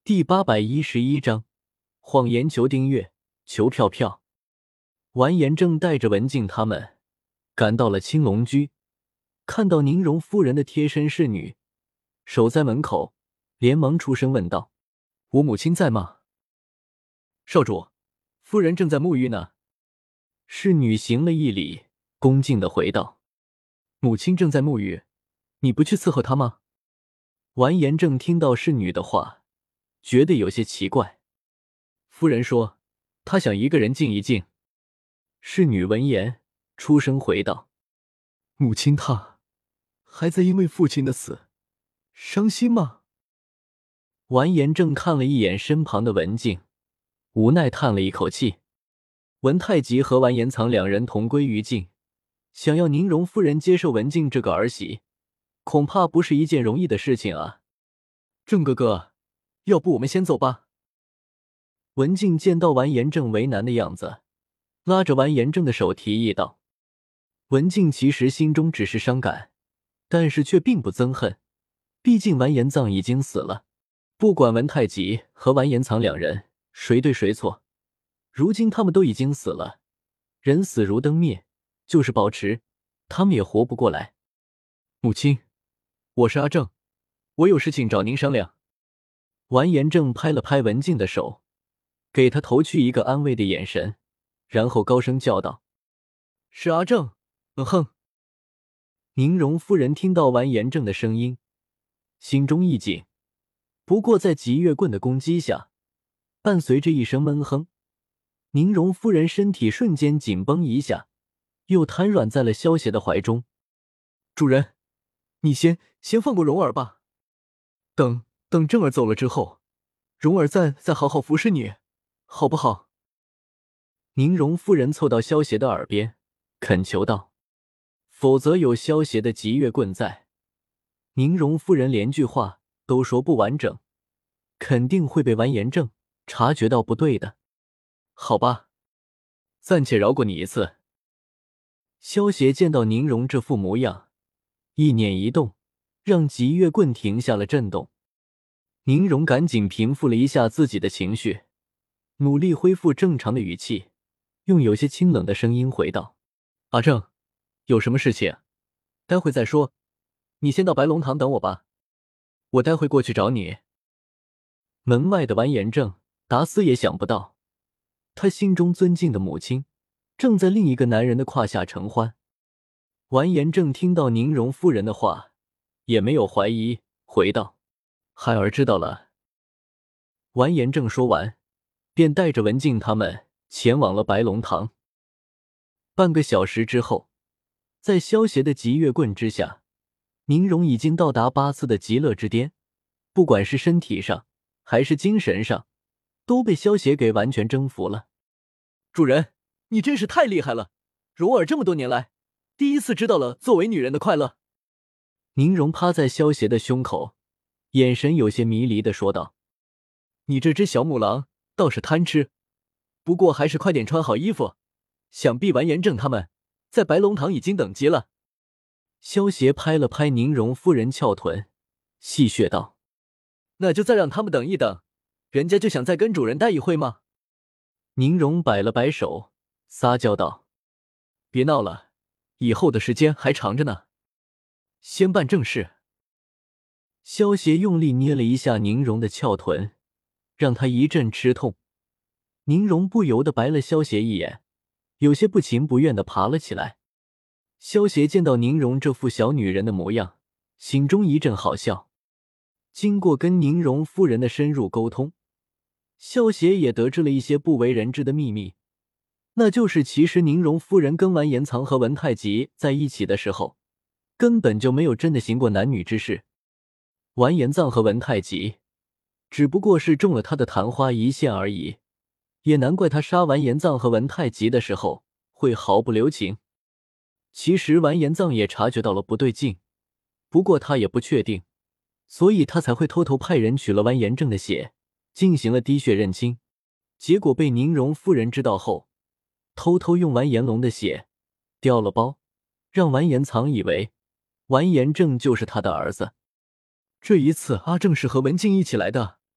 第811章，谎言求订阅，求票票。完颜正带着文静他们赶到了青龙居，看到宁荣夫人的贴身侍女守在门口，连忙出声问道：“我母亲在吗？”“少主，夫人正在沐浴呢。”侍女行了一礼，恭敬地回道：“母亲正在沐浴，你不去伺候她吗？”完颜正听到侍女的话，觉得有些奇怪。夫人说她想一个人静一静。侍女闻言出声回道：“母亲她还在因为父亲的死伤心吗？”完颜正看了一眼身旁的文静，无奈叹了一口气。文太极和完颜藏两人同归于尽，想要宁荣夫人接受文静这个儿媳，恐怕不是一件容易的事情啊。正哥哥，要不我们先走吧。文静见到完颜正为难的样子，拉着完颜正的手提议道。文静其实心中只是伤感，但是却并不憎恨，毕竟完颜藏已经死了，不管文太极和完颜藏两人谁对谁错，如今他们都已经死了，人死如灯灭，就是保持他们也活不过来。母亲，我是阿正，我有事情找您商量。完颜正拍了拍文静的手，给他投去一个安慰的眼神，然后高声叫道：“是阿正。”“哼。”宁荣夫人听到完颜正的声音，心中一紧，不过在极月棍的攻击下，伴随着一声闷哼，宁荣夫人身体瞬间紧绷一下，又瘫软在了萧协的怀中。“主人，你先放过蓉儿吧，等正儿走了之后，蓉儿再好好服侍你，好不好？”宁荣夫人凑到萧协的耳边恳求道，否则有萧协的极月棍在，宁荣夫人连句话都说不完整，肯定会被完颜正察觉到不对的。“好吧，暂且饶过你一次。”萧协见到宁荣这副模样，意念一动，让极月棍停下了震动。宁荣赶紧平复了一下自己的情绪，努力恢复正常的语气，用有些清冷的声音回道：“阿正，有什么事情待会再说，你先到白龙堂等我吧，我待会过去找你。”门外的完颜正打死也想不到，他心中尊敬的母亲正在另一个男人的胯下承欢。完颜正听到宁荣夫人的话，也没有怀疑，回道：“孩儿知道了。”完颜正说完，便带着文静他们前往了白龙堂。半个小时之后，在萧协的极月棍之下，宁荣已经到达8次的极乐之巅，不管是身体上还是精神上，都被萧协给完全征服了。“主人，你真是太厉害了，蓉儿这么多年来第一次知道了作为女人的快乐。”宁荣趴在萧协的胸口，眼神有些迷离地说道：“你这只小母狼倒是贪吃，不过还是快点穿好衣服，想必完颜正他们在白龙堂已经等急了。”萧协拍了拍宁荣夫人翘臀，戏谑道：“那就再让他们等一等，人家就想再跟主人待一会吗？”宁荣摆了摆手，撒娇道：“别闹了，以后的时间还长着呢，先办正事。”萧协用力捏了一下宁荣的翘臀，让他一阵吃痛。宁荣不由得白了萧协一眼，有些不情不愿地爬了起来。萧协见到宁荣这副小女人的模样，心中一阵好笑。经过跟宁荣夫人的深入沟通，萧协也得知了一些不为人知的秘密，那就是其实宁荣夫人跟完颜藏和文太极在一起的时候，根本就没有真的行过男女之事。完颜藏和文太极只不过是中了他的昙花一现而已，也难怪他杀完颜藏和文太极的时候会毫不留情。其实完颜藏也察觉到了不对劲，不过他也不确定，所以他才会偷偷派人取了完颜正的血，进行了滴血认亲。结果被宁荣夫人知道后，偷偷用完颜龙的血调了包，让完颜藏以为完颜正就是他的儿子。这一次阿正是和文静一起来的，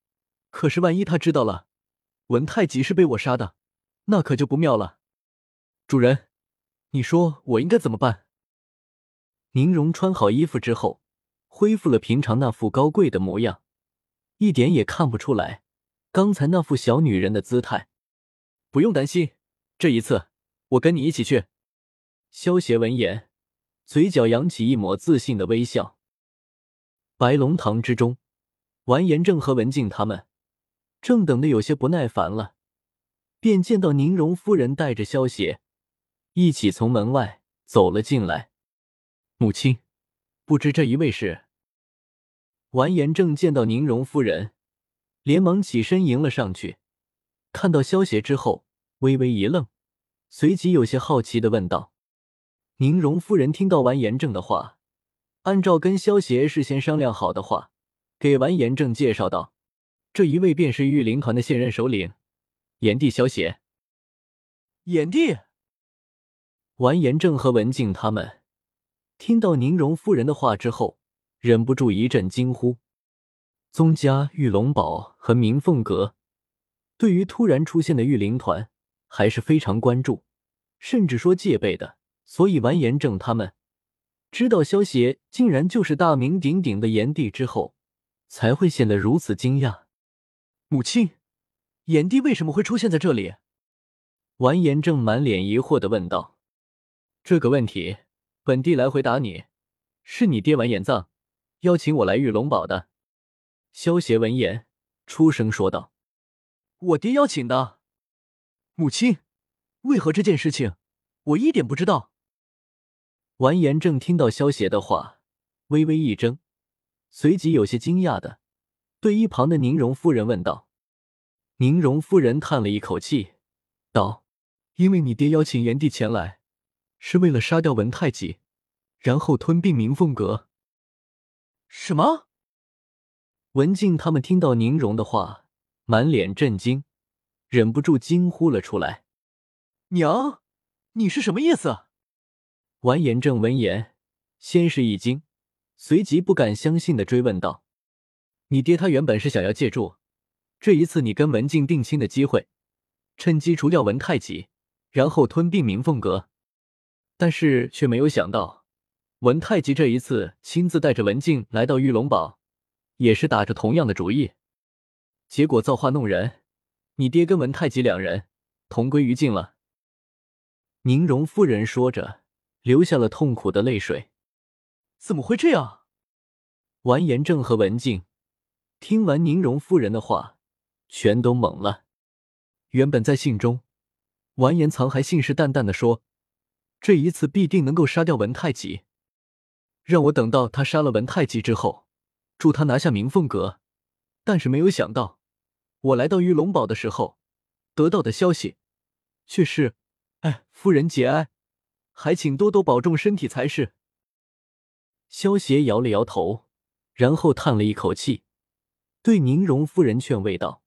可是万一他知道了文太极是被我杀的，那可就不妙了。主人，你说我应该怎么办？宁荣穿好衣服之后，恢复了平常那副高贵的模样，一点也看不出来刚才那副小女人的姿态。不用担心，这一次我跟你一起去。萧协闻言，嘴角扬起一抹自信的微笑。白龙堂之中，完颜正和文静他们正等得有些不耐烦了，便见到宁荣夫人带着萧协一起从门外走了进来。母亲，不知这一位是？完颜正见到宁荣夫人，连忙起身迎了上去，看到萧协之后微微一愣，随即有些好奇地问道。宁荣夫人听到完颜正的话，按照跟萧协事先商量好的话，给完颜正介绍道，这一位便是御灵团的现任首领炎帝萧协。炎帝？完颜正和文静他们听到宁荣夫人的话之后，忍不住一阵惊呼。宗家御龙堡和明凤阁对于突然出现的御灵团还是非常关注，甚至说戒备的，所以完颜正他们知道萧协竟然就是大名鼎鼎的炎帝之后，才会显得如此惊讶。母亲，炎帝为什么会出现在这里？完颜正满脸疑惑地问道。这个问题本帝来回答你，是你爹完颜臧邀请我来御龙堡的。萧协闻言出声说道。我爹邀请的？母亲，为何这件事情我一点不知道？完颜正听到萧协的话微微一怔，随即有些惊讶的对一旁的宁荣夫人问道。宁荣夫人叹了一口气道，因为你爹邀请炎帝前来是为了杀掉文太极，然后吞并明凤阁。什么？文静他们听到宁荣的话满脸震惊，忍不住惊呼了出来。娘，你是什么意思？完颜正闻言先是一惊，随即不敢相信地追问道，你爹他原本是想要借助这一次你跟文静定亲的机会，趁机除掉文太极，然后吞并明凤阁，但是却没有想到文太极这一次亲自带着文静来到御龙堡，也是打着同样的主意，结果造化弄人，你爹跟文太极两人同归于尽了。宁荣夫人说着流下了痛苦的泪水。怎么会这样？完颜正和文静听完宁荣夫人的话全都懵了。原本在信中完颜藏还信誓旦旦地说，这一次必定能够杀掉文太极，让我等到他杀了文太极之后助他拿下明凤阁，但是没有想到我来到御龙堡的时候得到的消息却是，夫人节哀，还请多多保重身体才是。萧协摇了摇头，然后叹了一口气，对宁荣夫人劝慰道。